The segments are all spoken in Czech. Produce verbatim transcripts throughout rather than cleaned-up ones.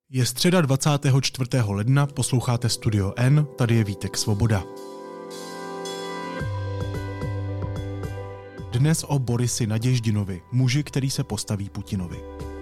Je středa dvacátého čtvrtého ledna, posloucháte Studio N, tady je Vítek Svoboda. Dnes o Borisi Naděždinovi, muži, který se postaví Putinovi.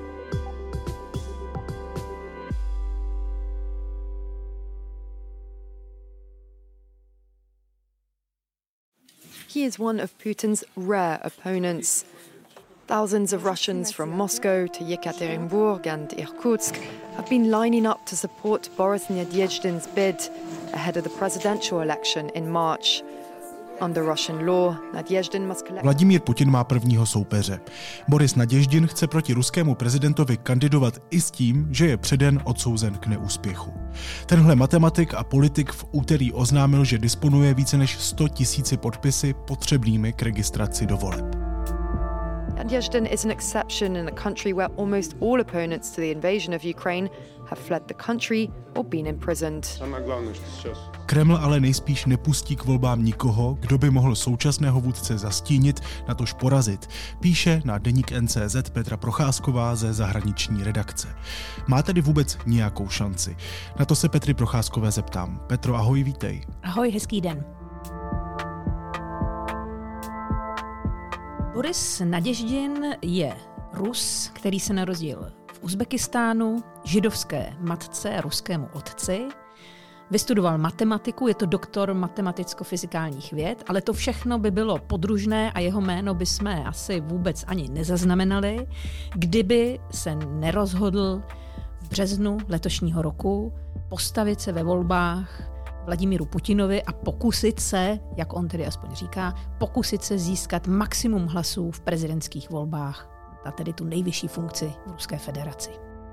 He is one of Putin's rare opponents. Thousands of Russians from Moscow to Yekaterinburg and Irkutsk have been lining up to support Boris Nadezhdin's bid ahead of the presidential election in March. Under Russian law, Nadezhdin must collect... Vladimír Putin má prvního soupeře. Boris Naděždin chce proti ruskému prezidentovi kandidovat i s tím, že je předen odsouzen k neúspěchu. Tenhle matematik a politik v úterý oznámil, že disponuje více než sto tisíci podpisy potřebnými k registraci do voleb. Nadezhdin is an exception in a country where almost all opponents to the invasion of Ukraine have fled the country or been imprisoned. Kreml ale nejspíš nepustí k volbám nikoho, kdo by mohl současného vůdce zastínit, natož porazit, píše na deník N C Z Petra Procházková ze zahraniční redakce. Má tedy vůbec nějakou šanci? Na to se Petry Procházkové zeptám. Petro, ahoj, vítej. Ahoj, hezký den. Boris Naděždin je Rus, který se narodil v Uzbekistánu, židovské matce, ruskému otci. Vystudoval matematiku, je to doktor matematicko-fyzikálních věd, ale to všechno by bylo podružné a jeho jméno bychom asi vůbec ani nezaznamenali, kdyby se nerozhodl v březnu letošního roku postavit se ve volbách Vladimíru Putinovi a pokusit se, jak on tedy aspoň říká, pokusit se získat maximum hlasů v prezidentských volbách, a tedy tu nejvyšší funkci v Ruské federaci.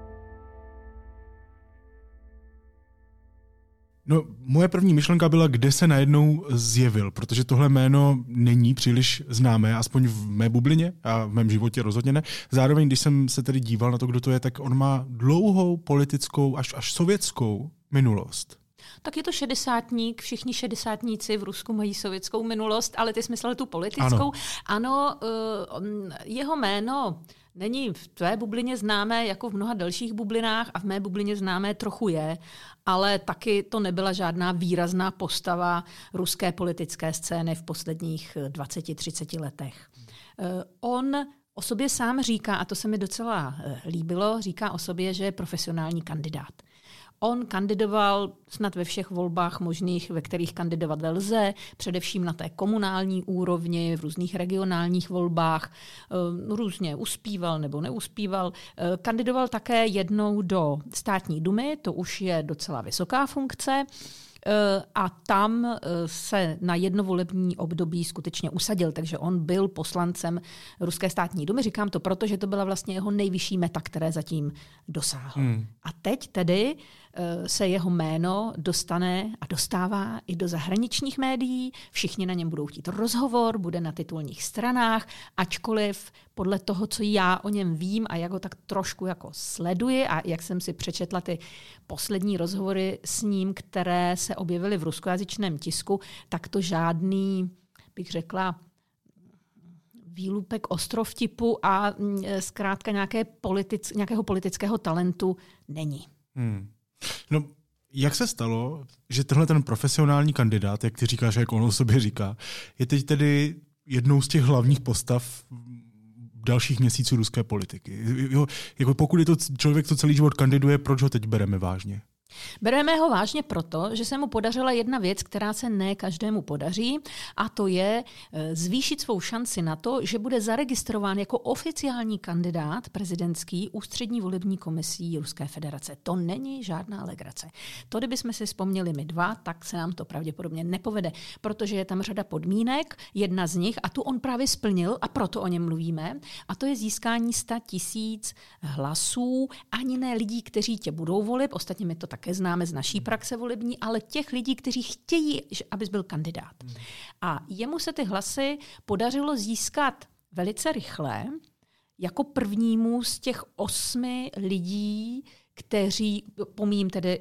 No, moje první myšlenka byla, kde se najednou zjevil, protože tohle jméno není příliš známé, aspoň v mé bublině a v mém životě rozhodně ne. Zároveň, když jsem se tedy díval na to, kdo to je, tak on má dlouhou politickou, až, až sovětskou minulost. Tak je to šedesátník, všichni šedesátníci v Rusku mají sovětskou minulost, ale ty jsi myslel tu politickou. Ano, ano jeho jméno není v tvé bublině známé jako v mnoha dalších bublinách a v mé bublině známé trochu je, ale taky to nebyla žádná výrazná postava ruské politické scény v posledních dvaceti třiceti letech. On o sobě sám říká, a to se mi docela líbilo, říká o sobě, že je profesionální kandidát. On kandidoval snad ve všech volbách možných, ve kterých kandidovat lze, především na té komunální úrovni, v různých regionálních volbách, různě uspíval nebo neuspíval. Kandidoval také jednou do státní dumy, to už je docela vysoká funkce, a tam se na jedno volební období skutečně usadil, takže on byl poslancem Ruské státní dumy. Říkám to proto, že to byla vlastně jeho nejvyšší meta, které zatím dosáhl. Hmm. A teď tedy se jeho jméno dostane a dostává i do zahraničních médií. Všichni na něm budou chtít rozhovor, bude na titulních stranách, ačkoliv podle toho, co já o něm vím a jak ho tak trošku jako sleduji a jak jsem si přečetla ty poslední rozhovory s ním, které se objevily v ruskojazyčném tisku, tak to žádný, bych řekla, výlupek ostrovtipu a zkrátka nějaké politic, nějakého politického talentu není. Hmm. No, jak se stalo, že tenhle ten profesionální kandidát, jak ty říkáš, jak on o sobě říká, je teď tedy jednou z těch hlavních postav dalších měsíců ruské politiky? Jo, jako pokud je to člověk, co celý život kandiduje, proč ho teď bereme vážně? Bereme ho vážně proto, že se mu podařila jedna věc, která se ne každému podaří, a to je zvýšit svou šanci na to, že bude zaregistrován jako oficiální kandidát prezidentský ústřední volební komisí Ruské federace. To není žádná legrace. To, kdybychom si vzpomněli my dva, tak se nám to pravděpodobně nepovede, protože je tam řada podmínek, jedna z nich, a tu on právě splnil, a proto o něm mluvíme, a to je získání sta tisíc hlasů, ani ne lidí, kteří tě budou volit, ostatně my to také známe z naší praxe volební, ale těch lidí, kteří chtějí, abys byl kandidát. Hmm. A jemu se ty hlasy podařilo získat velice rychle, jako prvnímu z těch osmi lidí, kteří, pomíjím tedy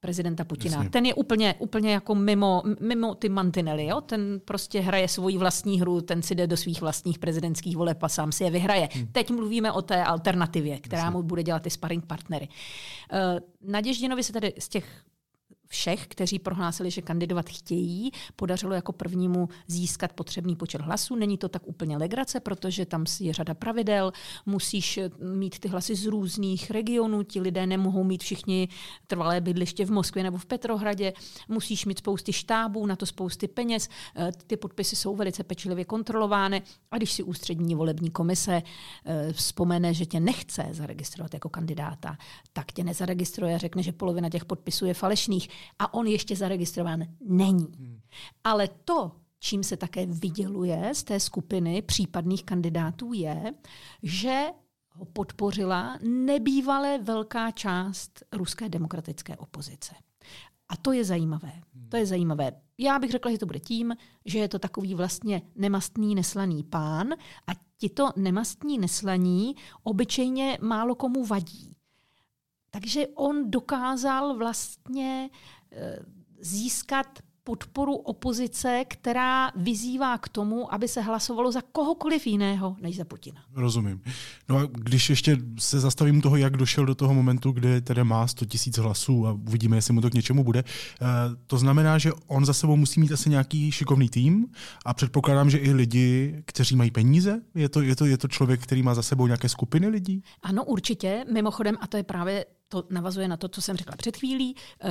prezidenta Putina. Jasně. Ten je úplně, úplně jako mimo, mimo ty mantinely. Jo? Ten prostě hraje svoji vlastní hru, ten si jde do svých vlastních prezidentských voleb a sám si je vyhraje. Hmm. Teď mluvíme o té alternativě, která Jasně. mu bude dělat ty sparring partnery. Uh, Naděždinovi se tady z těch všech, kteří prohlásili, že kandidovat chtějí, podařilo jako prvnímu získat potřebný počet hlasů. Není to tak úplně legrace, protože tam je řada pravidel, musíš mít ty hlasy z různých regionů, ti lidé nemohou mít všichni trvalé bydliště v Moskvě nebo v Petrohradě, musíš mít spousty štábů, na to spousty peněz, ty podpisy jsou velice pečlivě kontrolovány a když si ústřední volební komise vzpomene, že tě nechce zaregistrovat jako kandidáta, tak tě nezaregistruje a řekne, že polovina těch podpisů je falešných, a on ještě zaregistrován není. Hmm. Ale to, čím se také vyděluje z té skupiny případných kandidátů, je, že ho podpořila nebývale velká část ruské demokratické opozice. A to je zajímavé. Hmm. To je zajímavé. Já bych řekla, že to bude tím, že je to takový vlastně nemastný, neslaný pán a tito nemastní, neslaní obyčejně málo komu vadí. Takže on dokázal vlastně získat podporu opozice, která vyzývá k tomu, aby se hlasovalo za kohokoliv jiného, než za Putina. Rozumím. No a když ještě se zastavím toho, jak došel do toho momentu, kde tedy má sto tisíc hlasů a uvidíme, jestli mu to k něčemu bude, to znamená, že on za sebou musí mít asi nějaký šikovný tým a předpokládám, že i lidi, kteří mají peníze, je to, je to, je to člověk, který má za sebou nějaké skupiny lidí? Ano, určitě. Mimochodem, a to je právě, to navazuje na to, co jsem řekla před chvílí,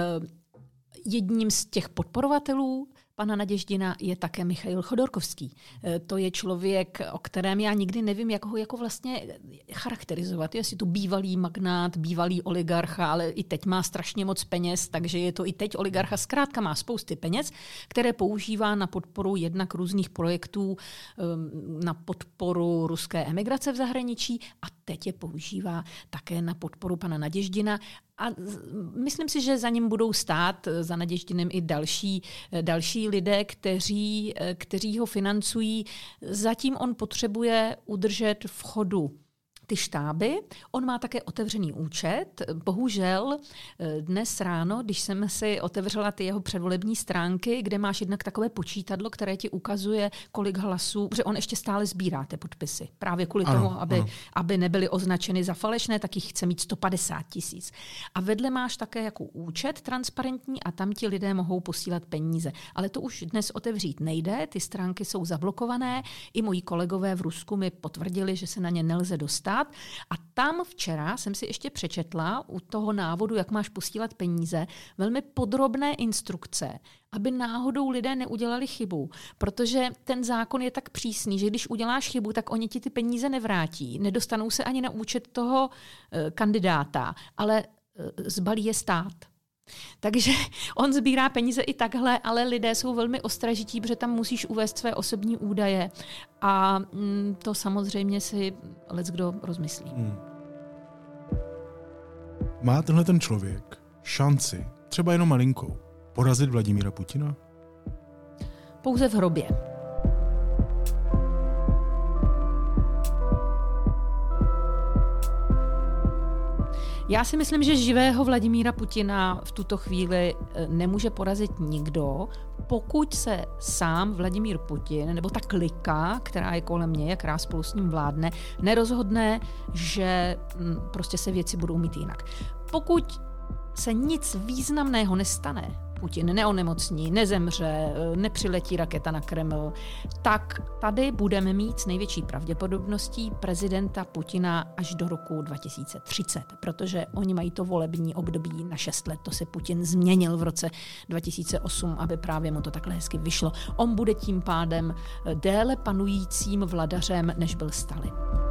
jedním z těch podporovatelů pana Naděždina je také Michail Chodorkovský. To je člověk, o kterém já nikdy nevím, jak ho jako vlastně charakterizovat. Jestli to bývalý magnát, bývalý oligarcha, ale i teď má strašně moc peněz, takže je to i teď oligarcha. Zkrátka má spousty peněz, které používá na podporu jednak různých projektů, na podporu ruské emigrace v zahraničí a teď je používá také na podporu pana Naděždina. A myslím si, že za ním budou stát, za Naděždinem i další, další lidé, kteří, kteří ho financují. Zatím on potřebuje udržet v chodu ty štáby. On má také otevřený účet. Bohužel dnes ráno, když jsem si otevřela ty jeho předvolební stránky, kde máš jednak takové počítadlo, které ti ukazuje, kolik hlasů, protože on ještě stále sbírá ty podpisy. Právě kvůli ano, tomu, aby, aby nebyly označeny za falešné, tak jich chce mít sto padesát tisíc. A vedle máš také jako účet transparentní a tam ti lidé mohou posílat peníze. Ale to už dnes otevřít nejde, ty stránky jsou zablokované. I moji kolegové v Rusku mi potvrdili, že se na ně nelze dostat. A tam včera jsem si ještě přečetla u toho návodu, jak máš posílat peníze, velmi podrobné instrukce, aby náhodou lidé neudělali chybu. Protože ten zákon je tak přísný, že když uděláš chybu, tak oni ti ty peníze nevrátí. Nedostanou se ani na účet toho e, kandidáta, ale e, zbalí je stát. Takže on sbírá peníze i takhle, ale lidé jsou velmi ostražití, protože tam musíš uvést své osobní údaje a mm, to samozřejmě si leckdo rozmyslí. Hmm. Má tenhle ten člověk šanci, třeba jenom malinkou, porazit Vladimíra Putina? Pouze v hrobě. Já si myslím, že živého Vladimíra Putina v tuto chvíli nemůže porazit nikdo, pokud se sám Vladimír Putin nebo ta klika, která je kolem něj, která spolu s ním vládne, nerozhodne, že prostě se věci budou mít jinak. Pokud se nic významného nestane, Putin neonemocní, nezemře, nepřiletí raketa na Kreml, tak tady budeme mít s největší pravděpodobností prezidenta Putina až do roku dva tisíce třicet, protože oni mají to volební období na šest let. To se Putin změnil v roce dva tisíce osm, aby právě mu to takhle hezky vyšlo. On bude tím pádem déle panujícím vladařem, než byl Stalin.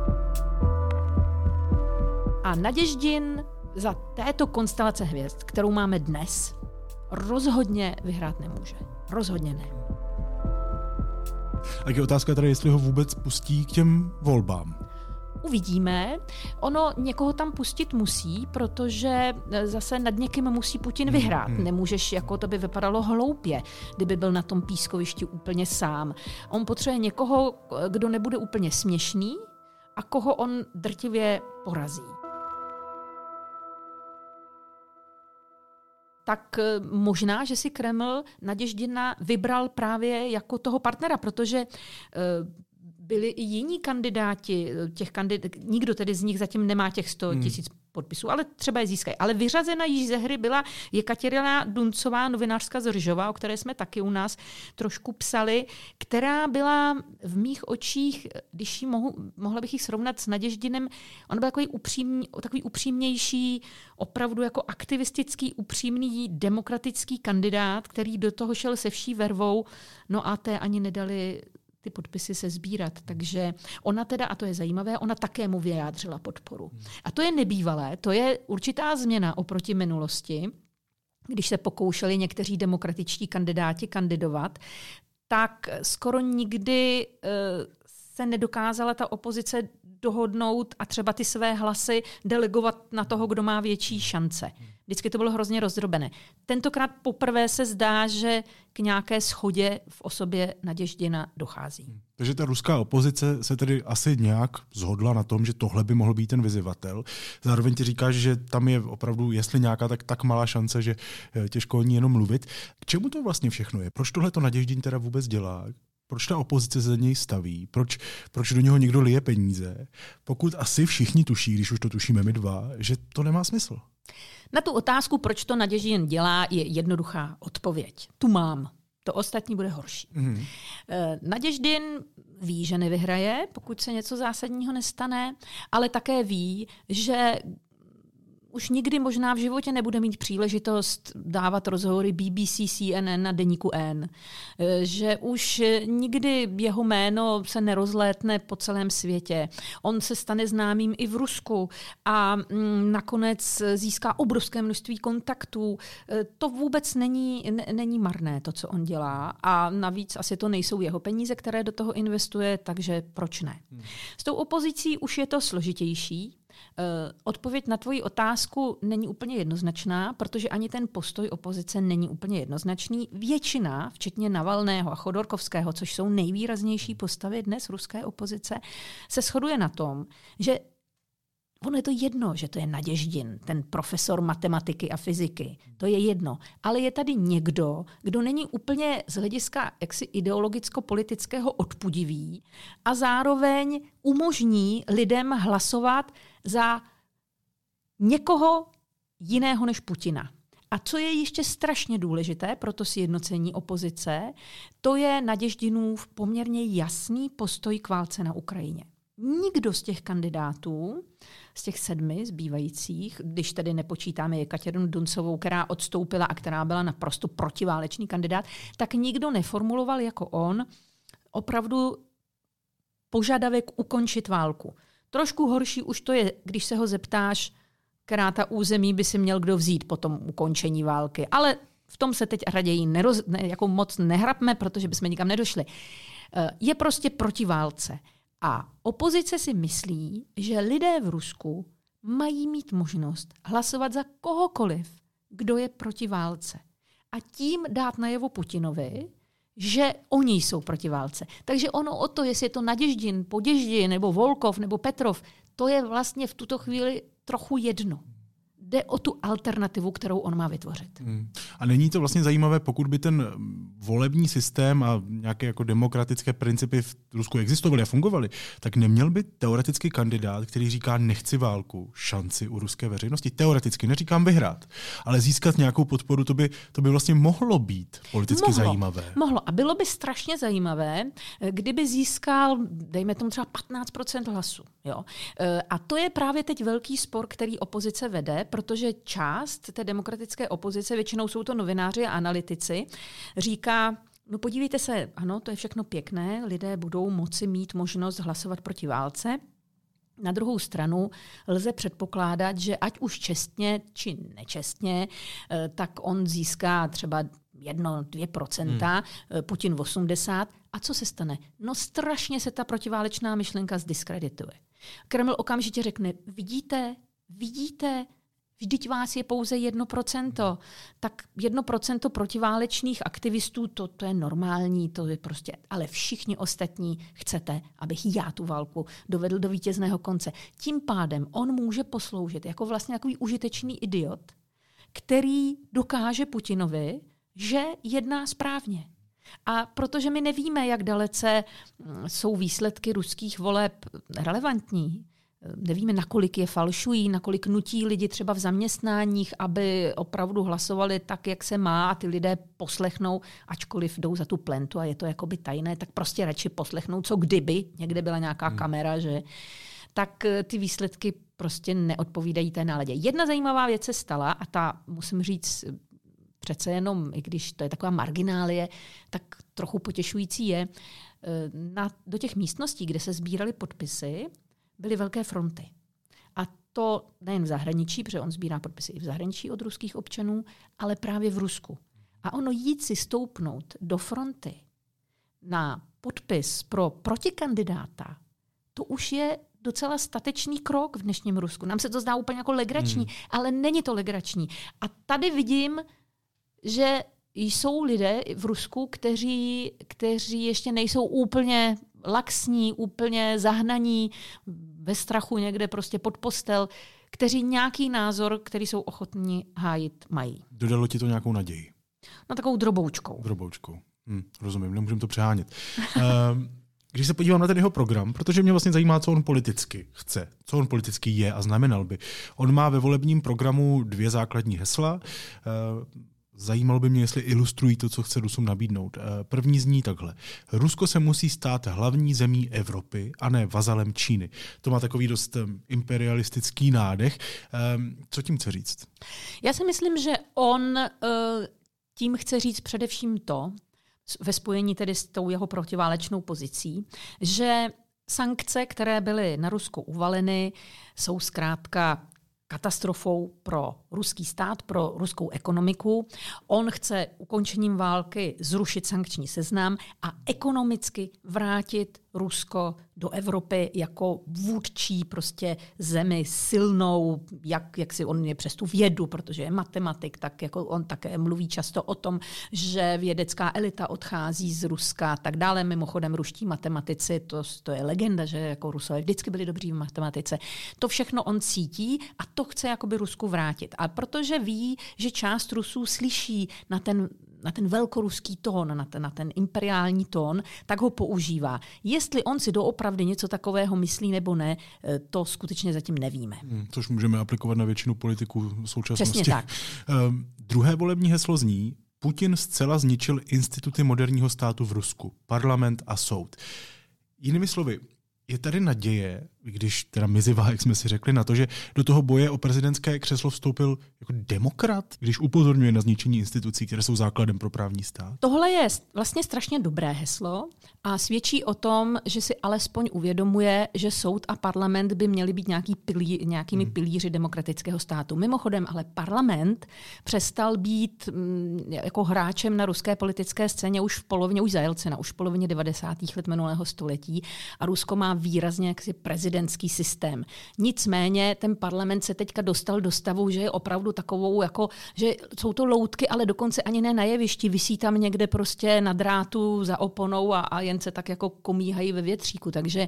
A Naděždin za této konstelace hvězd, kterou máme dnes, rozhodně vyhrát nemůže. Rozhodně ne. Tak je otázka tady, jestli ho vůbec pustí k těm volbám. Uvidíme. Ono někoho tam pustit musí, protože zase nad někým musí Putin vyhrát. Hmm. Nemůžeš, jako to by vypadalo hloupě, kdyby byl na tom pískovišti úplně sám. On potřebuje někoho, kdo nebude úplně směšný a koho on drtivě porazí. tak možná, že si Kreml Naděždina vybral právě jako toho partnera, protože byli i jiní kandidáti, těch kandid... nikdo tedy z nich zatím nemá těch sto tisíc hmm. podpisů, ale třeba je získají. Ale vyřazena již ze hry byla Jekatěrina Duncová, novinářka z Ržova, o které jsme taky u nás trošku psali, která byla v mých očích, když ji mohu, mohla bych ji srovnat s Naděždinem, ona byla takový, upřímný, takový upřímnější, opravdu jako aktivistický, upřímný, demokratický kandidát, který do toho šel se vší vervou, no a té ani nedali ty podpisy se sbírat. Takže ona teda, a to je zajímavé, ona také mu vyjádřila podporu. A to je nebývalé, to je určitá změna oproti minulosti, když se pokoušeli někteří demokratičtí kandidáti kandidovat, tak skoro nikdy uh, se nedokázala ta opozice dohodnout a třeba ty své hlasy delegovat na toho, kdo má větší šance. Vždycky to bylo hrozně rozdrobené. Tentokrát poprvé se zdá, že k nějaké shodě v osobě Naděždina dochází. Takže ta ruská opozice se tedy asi nějak shodla na tom, že tohle by mohl být ten vyzývatel. Zároveň ti říkáš, že tam je opravdu, jestli nějaká, tak, tak malá šance, že těžko o ní jenom mluvit. K čemu to vlastně všechno je? Proč tohle to Naděždin teda vůbec dělá? Proč ta opozice se za něj staví? Proč, proč do něho někdo lije peníze? Pokud asi všichni tuší, když už to tušíme my dva, že to nemá smysl. Na tu otázku, proč to Naděždin dělá, je jednoduchá odpověď. Tu mám. To ostatní bude horší. Mm. Naděždin ví, že nevyhraje, pokud se něco zásadního nestane, ale také ví, že už nikdy možná v životě nebude mít příležitost dávat rozhovory B B C, C N N na deníku N. Že už nikdy jeho jméno se nerozlétne po celém světě. On se stane známým i v Rusku a nakonec získá obrovské množství kontaktů. To vůbec není, ne, není marné, to, co on dělá. A navíc asi to nejsou jeho peníze, které do toho investuje, takže proč ne? Hmm. S tou opozicí už je to složitější. Uh, odpověď na tvoji otázku není úplně jednoznačná, protože ani ten postoj opozice není úplně jednoznačný. Většina, včetně Navalného a Chodorkovského, což jsou nejvýraznější postavy dnes ruské opozice, se shoduje na tom, že ono je to jedno, že to je Naděždin, ten profesor matematiky a fyziky. To je jedno. Ale je tady někdo, kdo není úplně z hlediska jaksi ideologicko-politického odpudivý a zároveň umožní lidem hlasovat za někoho jiného než Putina. A co je ještě strašně důležité pro to sjednocení opozice, to je Naděždinův poměrně jasný postoj k válce na Ukrajině. Nikdo z těch kandidátů, z těch sedmi zbývajících, když tedy nepočítáme Jekatěrinu Duncovou, která odstoupila a která byla naprosto protiválečný kandidát, tak nikdo neformuloval jako on opravdu požadavek ukončit válku. Trošku horší už to je, když se ho zeptáš, která ta území by si měl kdo vzít po tom ukončení války. Ale v tom se teď raději neroz, ne, jako moc nehrabme, protože bychom nikam nedošli. Je prostě proti válce. A opozice si myslí, že lidé v Rusku mají mít možnost hlasovat za kohokoliv, kdo je proti válce. A tím dát najevo Putinovi, že oni jsou proti válce. Takže ono o to, jestli je to Naděždin, Poděždin, nebo Volkov, nebo Petrov, to je vlastně v tuto chvíli trochu jedno. Jde o tu alternativu, kterou on má vytvořit. Hmm. A není to vlastně zajímavé, pokud by ten volební systém a nějaké jako demokratické principy v Rusku existovaly a fungovaly, tak neměl by teoreticky kandidát, který říká nechci válku, šanci u ruské veřejnosti. Teoreticky, neříkám vyhrát, ale získat nějakou podporu, to by, to by vlastně mohlo být politicky mohlo, zajímavé. Mohlo. A bylo by strašně zajímavé, kdyby získal, dejme tomu třeba patnáct procent hlasů. Jo? A to je právě teď velký spor, který opozice vede, protože část té demokratické opozice, většinou jsou to novináři a analytici, říká, no podívejte se, ano, to je všechno pěkné, lidé budou moci mít možnost hlasovat proti válce. Na druhou stranu lze předpokládat, že ať už čestně či nečestně, tak on získá třeba jedno, dvě procenta, hmm. Putin osmdesát. A co se stane? No strašně se ta protiválečná myšlenka zdiskredituje. Kreml okamžitě řekne, vidíte, vidíte, vždyť vás je pouze jedno procento. Tak jedno procento protiválečných aktivistů, to, to je normální, to je prostě, ale všichni ostatní chcete, abych já tu válku dovedl do vítězného konce. Tím pádem on může posloužit jako vlastně takový užitečný idiot, který dokáže Putinovi, že jedná správně. A protože my nevíme, jak dalece jsou výsledky ruských voleb relevantní, nevíme, nakolik je falšují, nakolik nutí lidi třeba v zaměstnáních, aby opravdu hlasovali tak, jak se má a ty lidé poslechnou, ačkoliv jdou za tu plentu a je to jakoby tajné, tak prostě radši poslechnou, co kdyby, někde byla nějaká hmm. kamera, že tak ty výsledky prostě neodpovídají té náladě. Jedna zajímavá věc se stala a ta, musím říct, přece jenom, i když to je taková marginálie, tak trochu potěšující je, na, do těch místností, kde se sbíraly podpisy, byly velké fronty. A to nejen v zahraničí, protože on sbírá podpisy i v zahraničí od ruských občanů, ale právě v Rusku. A ono jít si stoupnout do fronty na podpis pro protikandidáta, to už je docela statečný krok v dnešním Rusku. Nám se to zdá úplně jako legrační, hmm. ale není to legrační. A tady vidím, že jsou lidé v Rusku, kteří, kteří ještě nejsou úplně laxní, úplně zahnaní, ve strachu někde prostě pod postel, kteří nějaký názor, který jsou ochotní hájit, mají. Dodalo ti to nějakou naději? No takovou droboučkou. Droboučkou. Hm, rozumím, nemůžeme to přehánět. um, Když se podívám na ten jeho program, protože mě vlastně zajímá, co on politicky chce, co on politicky je a znamenal by. On má ve volebním programu dvě základní hesla. Zajímalo by mě, jestli ilustrují to, co chce Rusům nabídnout. První zní takhle. Rusko se musí stát hlavní zemí Evropy a ne vazalem Číny. To má takový dost imperialistický nádech. Co tím chce říct? Já si myslím, že on tím chce říct především to, ve spojení tedy s tou jeho protiválečnou pozicí, že sankce, které byly na Rusko uvaleny, jsou zkrátka katastrofou pro ruský stát, pro ruskou ekonomiku. On chce ukončením války zrušit sankční seznam a ekonomicky vrátit Rusko do Evropy jako vůdčí prostě zemi silnou, jak, jak si on je přes tu vědu, protože je matematik, tak jako on také mluví často o tom, že vědecká elita odchází z Ruska a tak dále. Mimochodem ruští matematici, to, to je legenda, že jako Rusové vždycky byli dobří v matematice. To všechno on cítí a to chce jakoby Rusku vrátit. A protože ví, že část Rusů slyší na ten na ten velkoruský tón, na ten, na ten imperiální tón, tak ho používá. Jestli on si doopravdy něco takového myslí nebo ne, to skutečně zatím nevíme. Hmm, což můžeme aplikovat na většinu politiků v současnosti. Přesně tak. Um, druhé volební heslo zní: Putin zcela zničil instituty moderního státu v Rusku, parlament a soud. Jinými slovy, je tady naděje, když teda mizivá, jak jsme si řekli, na to, že do toho boje o prezidentské křeslo vstoupil jako demokrat, když upozorňuje na zničení institucí, které jsou základem pro právní stát? Tohle je vlastně strašně dobré heslo a svědčí o tom, že si alespoň uvědomuje, že soud a parlament by měly být nějaký pilí, nějakými hmm. pilíři demokratického státu. Mimochodem, ale parlament přestal být m, jako hráčem na ruské politické scéně už v polovině, už za Jelcina, už v polovině devadesátých let minulého století a Rusko má výrazně jaksi prezidentský systém. Nicméně ten parlament se teďka dostal do stavu, že je opravdu takovou, jako, že jsou to loutky, ale dokonce ani ne na jevišti, visí tam někde prostě na drátu za oponou a, a jen se tak jako komíhají ve větříku. Takže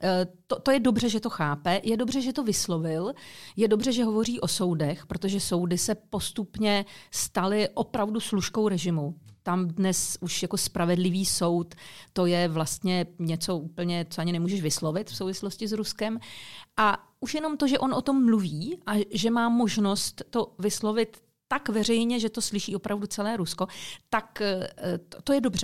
to, to je dobře, že to chápe, je dobře, že to vyslovil, je dobře, že hovoří o soudech, protože soudy se postupně staly opravdu služkou režimu. Tam dnes už jako spravedlivý soud, to je vlastně něco úplně, co ani nemůžeš vyslovit v souvislosti s Ruskem. A už jenom to, že on o tom mluví a že má možnost to vyslovit tak veřejně, že to slyší opravdu celé Rusko, tak to, to je dobře.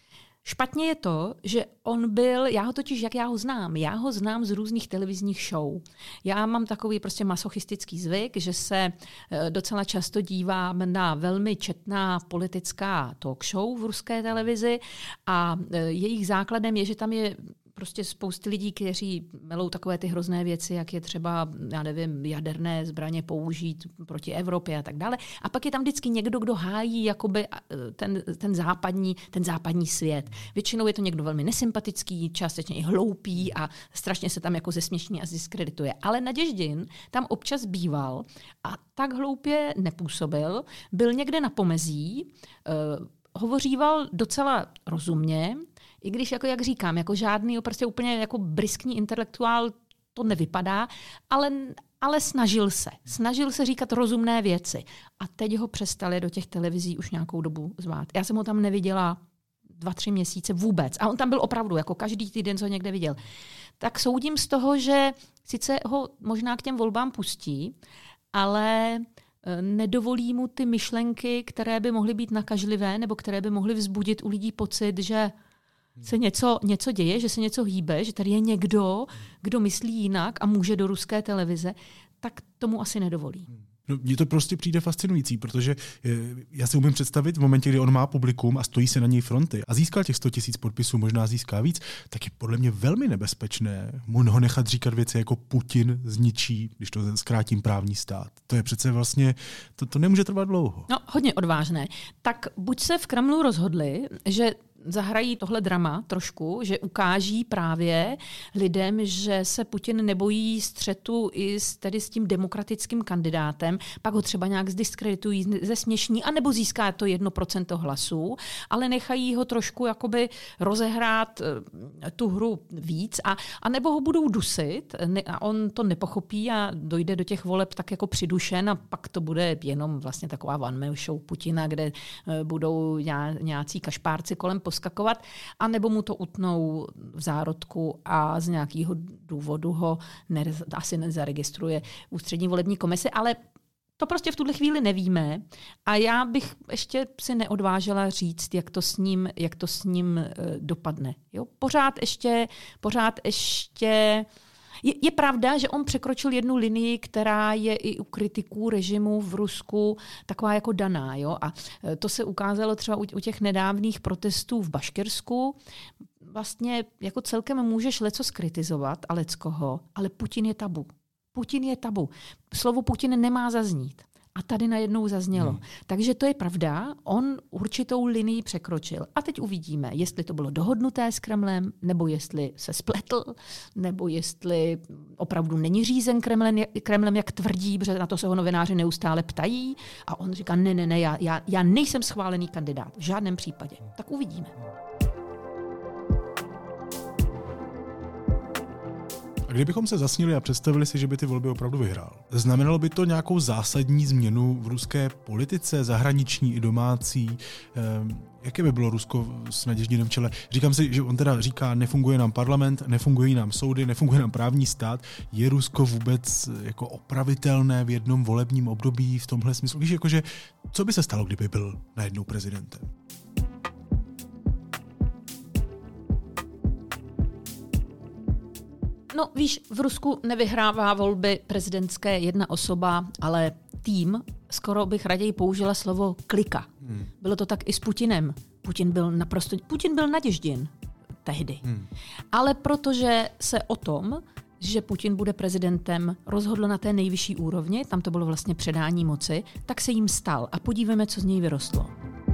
Špatně je to, že on byl, já ho totiž, jak já ho znám, já ho znám z různých televizních show. Já mám takový prostě masochistický zvyk, že se docela často dívám na velmi četná politická talk show v ruské televizi a jejich základem je, že tam je prostě spousty lidí, kteří melou takové ty hrozné věci, jak je třeba, já nevím, jaderné zbraně použít proti Evropě a tak dále. A pak je tam vždycky někdo, kdo hájí jakoby ten, ten, západní, ten západní svět. Většinou je to někdo velmi nesympatický, částečně i hloupý a strašně se tam jako zesměšní a zdiskredituje. Ale Naděždin tam občas býval a tak hloupě nepůsobil. Byl někde na pomezí, uh, hovoříval docela rozumně, i když, jako jak říkám, jako žádný prostě úplně jako briskní intelektuál to nevypadá, ale, ale snažil se. Snažil se říkat rozumné věci. A teď ho přestali do těch televizí už nějakou dobu zvát. Já jsem ho tam neviděla dva, tři měsíce vůbec. A on tam byl opravdu, jako každý týden, co někde viděl. Tak soudím z toho, že sice ho možná k těm volbám pustí, ale nedovolí mu ty myšlenky, které by mohly být nakažlivé nebo které by mohly vzbudit u lidí pocit, že se něco, něco děje, že se něco hýbe, že tady je někdo, kdo myslí jinak a může do ruské televize, tak tomu asi nedovolí. No, mně to prostě přijde fascinující, protože já si umím představit v momentě, kdy on má publikum a stojí se na něj fronty a získal těch sto tisíc podpisů, možná získá víc, tak je podle mě velmi nebezpečné mu ho nechat říkat věci jako Putin zničí, když to zkrátím, právní stát. To je přece vlastně, to, to nemůže trvat dlouho. No, hodně odvážné. Tak buď se v Kremlu rozhodli, že zahrají tohle drama trošku, že ukáží právě lidem, že se Putin nebojí střetu i s, tedy s tím demokratickým kandidátem, pak ho třeba nějak zdiskreditují, zesměšní, anebo získá to jedno procento hlasů, ale nechají ho trošku jakoby rozehrát tu hru víc, a, a nebo ho budou dusit ne, a on to nepochopí a dojde do těch voleb tak jako přidušen a pak to bude jenom vlastně taková one-man show Putina, kde budou nějací kašpárci kolem poskakovat, anebo mu to utnou v zárodku a z nějakého důvodu ho ne, asi nezaregistruje ústřední volební komise, ale to prostě v tuhle chvíli nevíme a já bych ještě si neodvážela říct, jak to s ním, jak to s ním dopadne. Jo? Pořád ještě, pořád ještě Je, je pravda, že on překročil jednu linii, která je i u kritiků režimu v Rusku taková jako daná. Jo? A to se ukázalo třeba u, u těch nedávných protestů v Baškirsku. Vlastně jako celkem můžeš leco skritizovat a leckoho, ale Putin je tabu. Putin je tabu. Slovo Putin nemá zaznít. A tady najednou zaznělo. Hmm. Takže to je pravda, on určitou linii překročil. A teď uvidíme, jestli to bylo dohodnuté s Kremlem, nebo jestli se spletl, nebo jestli opravdu není řízen Kremlem, Kremlem jak tvrdí, protože na to se ho novináři neustále ptají. A on říká, ne, ne, ne, já, já, já nejsem schválený kandidát. V žádném případě. Tak uvidíme. A kdybychom se zasnili a představili si, že by ty volby opravdu vyhrál, znamenalo by to nějakou zásadní změnu v ruské politice, zahraniční i domácí? Jaké by bylo Rusko s Naděždinem v čele? Říkám si, že on teda říká, nefunguje nám parlament, nefungují nám soudy, nefunguje nám právní stát. Je Rusko vůbec jako opravitelné v jednom volebním období v tomhle smyslu? Víš, jakože, co by se stalo, kdyby byl najednou prezidentem? No víš, v Rusku nevyhrává volby prezidentské jedna osoba, ale tým, skoro bych raději použila slovo klika. Hmm. Bylo to tak i s Putinem. Putin byl naprosto, Putin byl Naděždin tehdy. Hmm. Ale protože se o tom, že Putin bude prezidentem, rozhodlo na té nejvyšší úrovni, tam to bylo vlastně předání moci, tak se jim stal. A podívejme, co z něj vyrostlo.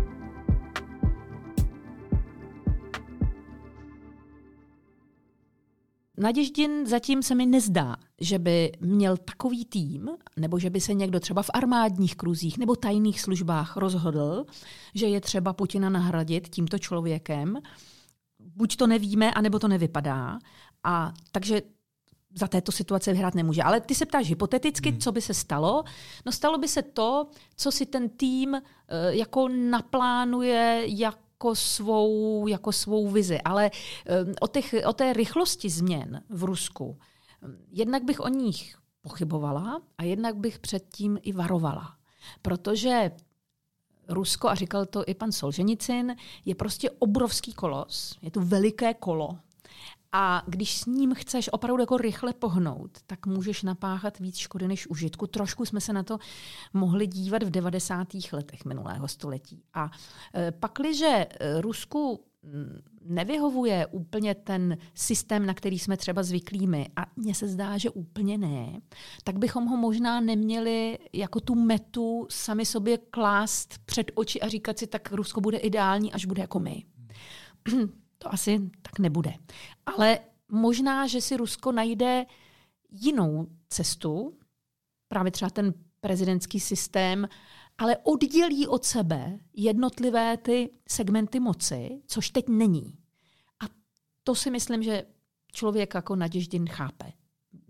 Naděždin zatím se mi nezdá, že by měl takový tým, nebo že by se někdo třeba v armádních kruzích nebo tajných službách rozhodl, že je třeba Putina nahradit tímto člověkem. Buď to nevíme, anebo to nevypadá. A takže za této situace vyhrát nemůže. Ale ty se ptáš hypoteticky, hmm. co by se stalo? No stalo by se to, co si ten tým uh, jako naplánuje, jak Jako svou, jako svou vizi. Ale um, o, těch, o té rychlosti změn v Rusku, jednak bych o nich pochybovala a jednak bych předtím i varovala. Protože Rusko, a říkal to i pan Solženicin, je prostě obrovský kolos. Je to veliké kolo. A když s ním chceš opravdu jako rychle pohnout, tak můžeš napáchat víc škody než užitku. Trošku jsme se na to mohli dívat v devadesátých letech minulého století. A e, pakliže Rusku nevyhovuje úplně ten systém, na který jsme třeba zvyklými, a mně se zdá, že úplně ne, tak bychom ho možná neměli jako tu metu sami sobě klást před oči a říkat si, tak Rusko bude ideální, až bude jako my. To asi tak nebude. Ale možná, že si Rusko najde jinou cestu, právě třeba ten prezidentský systém, ale oddělí od sebe jednotlivé ty segmenty moci, což teď není. A to si myslím, že člověk jako Naděždin chápe.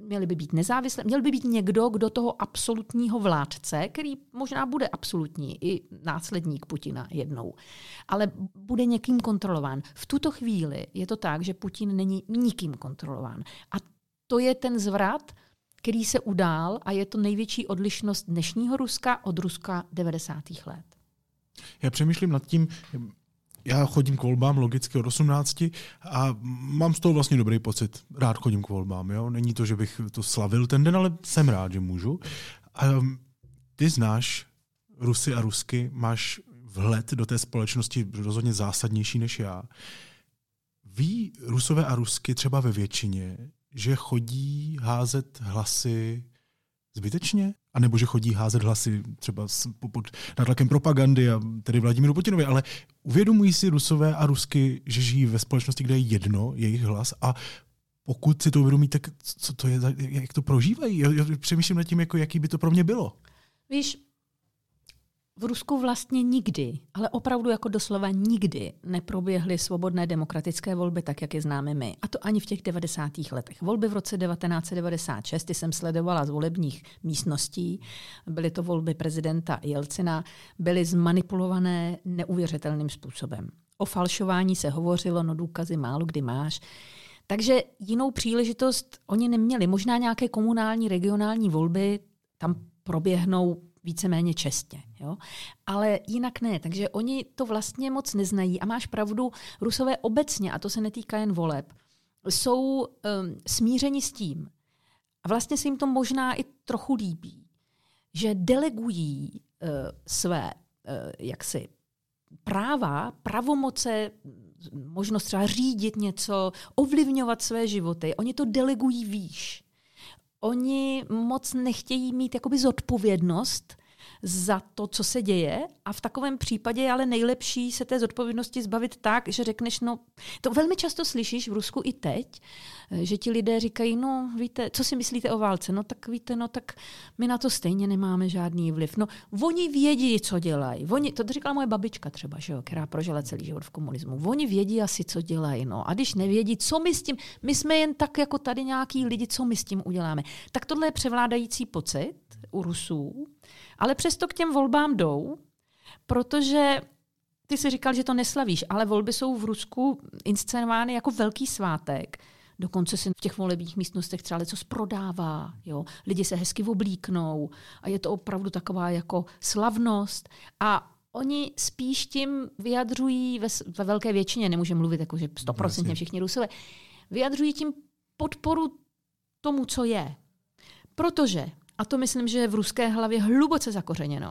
měly by být nezávislé, měl by být někdo, kdo toho absolutního vládce, který možná bude absolutní i následník Putina jednou, ale bude někým kontrolován. V tuto chvíli je to tak, že Putin není nikým kontrolován. A to je ten zvrat, který se udál a je to největší odlišnost dnešního Ruska od Ruska devadesátých let. Já přemýšlím nad tím, já chodím k volbám logicky od osmnácti a mám z toho vlastně dobrý pocit. Rád chodím k volbám. Jo? Není to, že bych to slavil ten den, ale jsem rád, že můžu. A ty znáš Rusy a Rusky, máš vhled do té společnosti rozhodně zásadnější než já. Ví Rusové a Rusky třeba ve většině, že chodí házet hlasy zbytečně? A nebo že chodí házet hlasy třeba pod nátlakem propagandy a tedy Vladimíru Putinovi, ale uvědomují si Rusové a Rusky, že žijí ve společnosti, kde je jedno jejich hlas a pokud si to uvědomí, tak co to je, jak to prožívají? Já, já přemýšlím nad tím, jako, jaký by to pro mě bylo. Víš, v Rusku vlastně nikdy, ale opravdu jako doslova nikdy neproběhly svobodné demokratické volby tak, jak je známe my. A to ani v těch devadesátých letech. Volby v roce devatenáct set devadesát šest, ty jsem sledovala z volebních místností, byly to volby prezidenta Jelcina, byly zmanipulované neuvěřitelným způsobem. O falšování se hovořilo, no důkazy málo kdy máš. Takže jinou příležitost oni neměli. Možná nějaké komunální, regionální volby tam proběhnou víceméně čestně. Jo? Ale jinak ne. Takže oni to vlastně moc neznají. A máš pravdu, Rusové obecně, a to se netýká jen voleb, jsou um, smířeni s tím. A vlastně se jim to možná i trochu líbí, že delegují uh, své uh, jaksi práva, pravomoce, možnost třeba řídit něco, ovlivňovat své životy. Oni to delegují výš. Oni moc nechtějí mít jakoby zodpovědnost za to, co se děje a v takovém případě je ale nejlepší se té zodpovědnosti zbavit tak, že řekneš, no, to velmi často slyšíš v Rusku i teď, že ti lidé říkají, no víte, co si myslíte o válce? No tak víte, no tak my na to stejně nemáme žádný vliv. No oni vědí, co dělají. Oni, to říkala moje babička třeba, že jo, která prožila celý život v komunismu. Oni vědí asi, co dělají. No. A když nevědí, co my s tím, my jsme jen tak jako tady nějaký lidi, co my s tím uděláme. Tak tohle je převládající pocit u Rusů, ale přesto k těm volbám jdou, protože ty si říkal, že to neslavíš, ale volby jsou v Rusku inscenovány jako velký svátek. Dokonce se v těch volebních místnostech třeba něco prodává. Jo? Lidi se hezky oblíknou a je to opravdu taková jako slavnost. A oni spíš tím vyjadřují ve, ve velké většině, nemůžeme mluvit jako, že stoprocentně všichni Rusové, vyjadřují tím podporu tomu, co je. Protože, a to myslím, že je v ruské hlavě hluboce zakořeněno,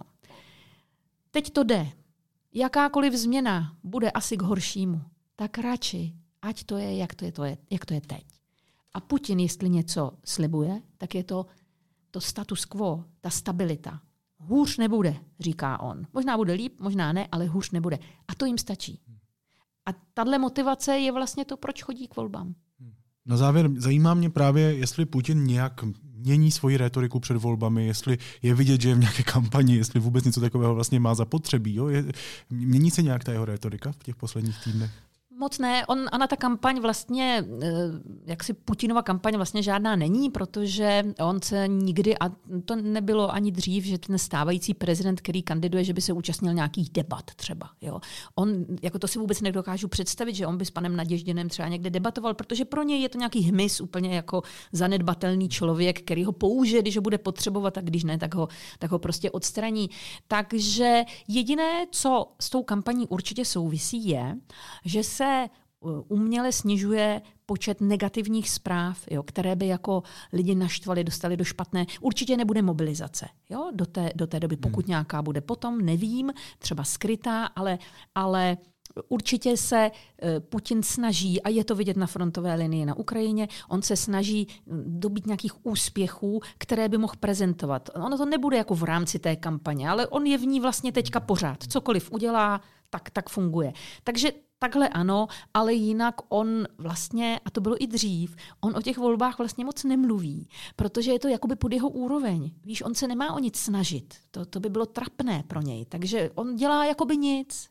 teď to jde. Jakákoliv změna bude asi k horšímu. Tak radši, ať to je, jak to je, to je, jak to je teď. A Putin, jestli něco slibuje, tak je to, to status quo, ta stabilita. Hůř nebude, říká on. Možná bude líp, možná ne, ale hůř nebude. A to jim stačí. A tahle motivace je vlastně to, proč chodí k volbám. Na závěr zajímá mě právě, jestli Putin nějak mění svoji rétoriku před volbami, jestli je vidět, že je v nějaké kampani, jestli vůbec něco takového vlastně má zapotřebí. Jo? Je, mění se nějak ta jeho rétorika v těch posledních týdnech? Moc ne. On, Ana, ta kampaň vlastně, jak si Putinova kampaň vlastně žádná není, protože on se nikdy, a to nebylo ani dřív, že ten stávající prezident, který kandiduje, že by se účastnil nějakých debat třeba. Jo. On, jako to si vůbec nedokážu představit, že on by s panem Naděždinem třeba někde debatoval, protože pro něj je to nějaký hmyz, úplně jako zanedbatelný člověk, který ho použije, když ho bude potřebovat, a když ne, tak ho, tak ho prostě odstraní. Takže jediné, co s tou kampaní určitě souvisí, je, že se uměle snižuje počet negativních zpráv, jo, které by jako lidi naštvali, dostali do špatné. Určitě nebude mobilizace, jo, do té, do té doby, pokud hmm. nějaká bude potom, nevím, třeba skrytá, ale, ale určitě se Putin snaží, a je to vidět na frontové linii na Ukrajině, on se snaží dobít nějakých úspěchů, které by mohl prezentovat. Ono to nebude jako v rámci té kampaně, ale on je v ní vlastně teďka pořád. Cokoliv udělá, tak, tak funguje. Takže takhle ano, ale jinak on vlastně, a to bylo i dřív, on o těch volbách vlastně moc nemluví, protože je to jakoby pod jeho úroveň. Víš, on se nemá o nic snažit. To, to by bylo trapné pro něj. Takže on dělá jakoby nic.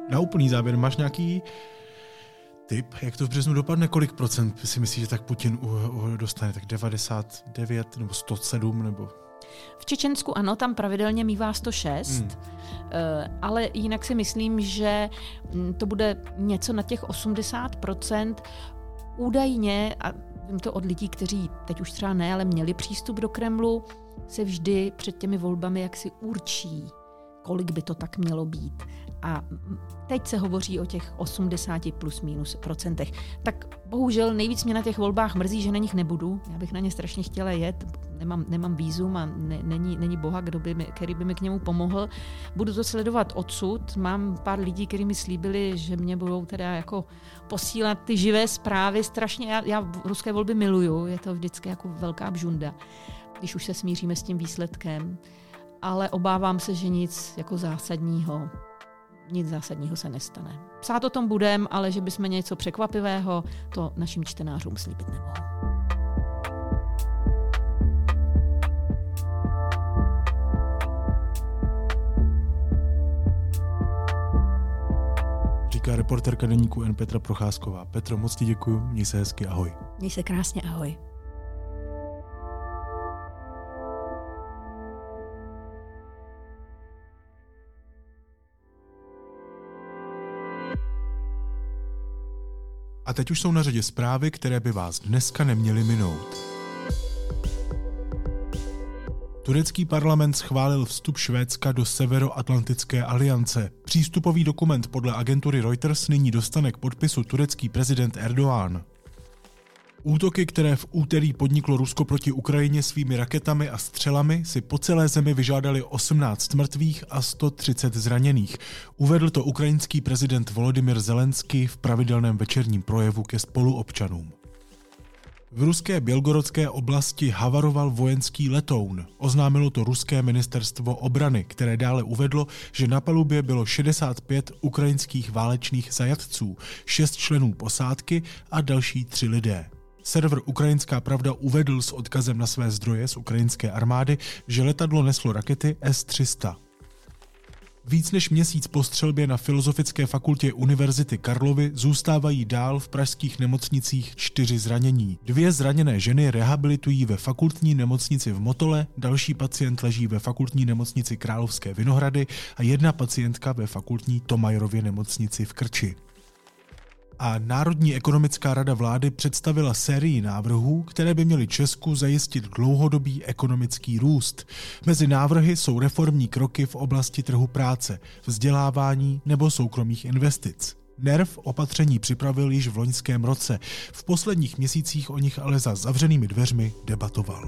Na úplný závěr máš nějaký tip, jak to v březnu dopadne? Kolik procent si myslíš, že tak Putin dostane? Tak devadesát devět nebo sto sedm nebo... V Čečensku ano, tam pravidelně mívá sto šest, hmm. ale jinak si myslím, že to bude něco na těch osmdesát procent. Údajně, a vím to od lidí, kteří teď už třeba ne, ale měli přístup do Kremlu, se vždy před těmi volbami jaksi určí, kolik by to tak mělo být. A teď se hovoří o těch osmdesáti plus minus procentech. Tak bohužel nejvíc mě na těch volbách mrzí, že na nich nebudu. Já bych na ně strašně chtěla jet. Nemám, nemám vízum a ne, není, není boha, kdo by mi, který by mi k němu pomohl. Budu to sledovat odsud. Mám pár lidí, kteří mi slíbili, že mě budou teda jako posílat ty živé zprávy. Strašně, já, já ruské volby miluju. Je to vždycky jako velká bžunda, když už se smíříme s tím výsledkem. Ale obávám se, že nic jako zásadního Nic zásadního se nestane. Psát o tom budem, ale že bychom něco překvapivého, to našim čtenářům slíbit nemohu. Říká reportérka deníku N Petra Procházková. Petro, moc ti děkuju, měj se hezky, ahoj. Měj se krásně, ahoj. A teď už jsou na řadě zprávy, které by vás dneska neměly minout. Turecký parlament schválil vstup Švédska do Severoatlantické aliance. Přístupový dokument podle agentury Reuters nyní dostane k podpisu turecký prezident Erdoğan. Útoky, které v úterý podniklo Rusko proti Ukrajině svými raketami a střelami, si po celé zemi vyžádali osmnáct mrtvých a sto třicet zraněných. Uvedl to ukrajinský prezident Volodymyr Zelenský v pravidelném večerním projevu ke spoluobčanům. V ruské Bělgorodské oblasti havaroval vojenský letoun. Oznámilo to ruské ministerstvo obrany, které dále uvedlo, že na palubě bylo šedesát pět ukrajinských válečných zajatců, šest členů posádky a další tři lidé. Server Ukrajinská pravda uvedl s odkazem na své zdroje z ukrajinské armády, že letadlo neslo rakety S tři sta. Víc než měsíc po střelbě na Filozofické fakultě Univerzity Karlovy zůstávají dál v pražských nemocnicích čtyři zranění. Dvě zraněné ženy rehabilitují ve fakultní nemocnici v Motole, další pacient leží ve fakultní nemocnici Královské Vinohrady a jedna pacientka ve fakultní Tomajerově nemocnici v Krči. A Národní ekonomická rada vlády představila sérii návrhů, které by měly Česku zajistit dlouhodobý ekonomický růst. Mezi návrhy jsou reformní kroky v oblasti trhu práce, vzdělávání nebo soukromých investic. NERV opatření připravil již v loňském roce. V posledních měsících o nich ale za zavřenými dveřmi debatoval.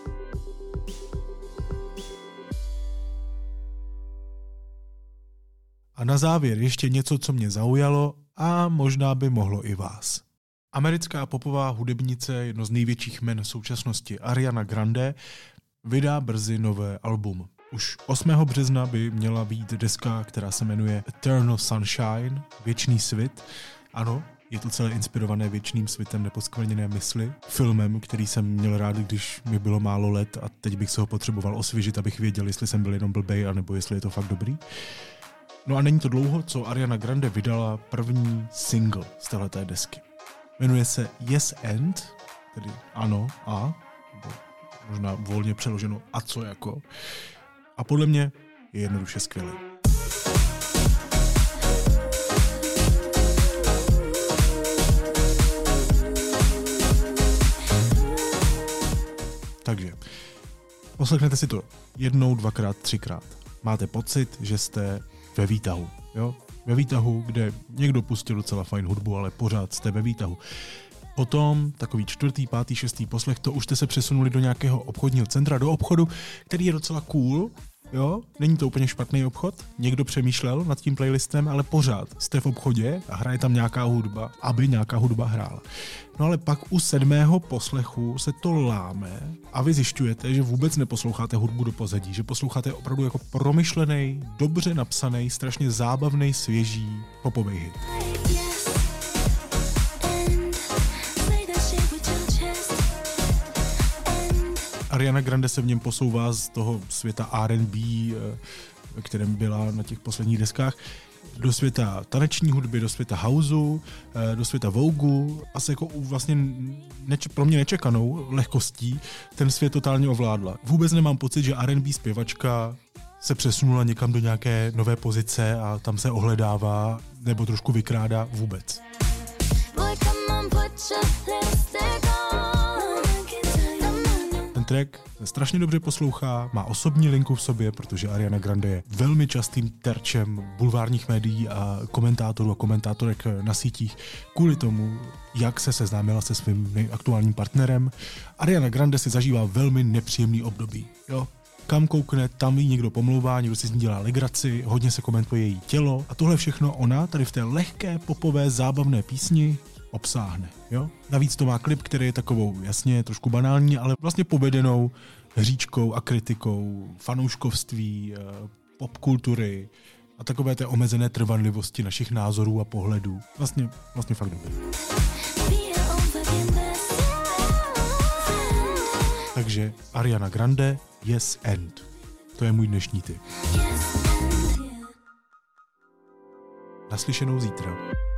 A na závěr ještě něco, co mě zaujalo a možná by mohlo i vás. Americká popová hudebnice, jedno z největších jmen současnosti, Ariana Grande, vydá brzy nové album. Už osmého března by měla být deska, která se jmenuje Eternal Sunshine, Věčný svit. Ano, je to celé inspirované Věčným svitem neposkvrněné mysli, filmem, který jsem měl rád, když mi bylo málo let a teď bych se ho potřeboval osvěžit, abych věděl, jestli jsem byl jenom blbej, anebo jestli je to fakt dobrý. No a není to dlouho, co Ariana Grande vydala první single z téhleté desky. Jmenuje se Yes and, tedy ano a, nebo možná volně přeloženo a co jako. A podle mě je jednoduše skvělý. Takže poslechněte si to jednou, dvakrát, třikrát. Máte pocit, že jste ve výtahu, jo? Ve výtahu, kde někdo pustil docela fajn hudbu, ale pořád jste ve výtahu. Potom takový čtvrtý, pátý, šestý poslech, to už jste se přesunuli do nějakého obchodního centra, do obchodu, který je docela cool, jo? Není to úplně špatný obchod, někdo přemýšlel nad tím playlistem, ale pořád jste v obchodě a hraje tam nějaká hudba, aby nějaká hudba hrála. No ale pak u sedmého poslechu se to láme a vy zjišťujete, že vůbec neposloucháte hudbu do pozadí, že posloucháte opravdu jako promyšlený, dobře napsaný, strašně zábavný, svěží popový hit. Ariana Grande se v něm posouvá z toho světa R and B, ve kterém byla na těch posledních deskách, do světa taneční hudby, do světa houseu, do světa Vogue, asi jako vlastně neč- pro mě nečekanou lehkostí ten svět totálně ovládla. Vůbec nemám pocit, že R and B zpěvačka se přesunula někam do nějaké nové pozice a tam se ohledává nebo trošku vykrádá vůbec. Ten track se strašně dobře poslouchá, má osobní linku v sobě, protože Ariana Grande je velmi častým terčem bulvárních médií a komentátorů a komentátorek na sítích kvůli tomu, jak se seznámila se svým aktuálním partnerem. Ariana Grande si zažívá velmi nepříjemný období. Jo? Kam koukne, tam jí někdo pomlouvá, někdo si z ní dělá legraci, hodně se komentuje její tělo a tohle všechno ona tady v té lehké popové zábavné písni obsáhne. Jo? Navíc to má klip, který je takovou jasně trošku banální, ale vlastně povedenou hříčkou a kritikou fanouškovství, popkultury a takové té omezené trvanlivosti našich názorů a pohledů. Vlastně, vlastně fakt dobrý. Takže Ariana Grande, Yes and. To je můj dnešní tip. Naslyšenou zítra.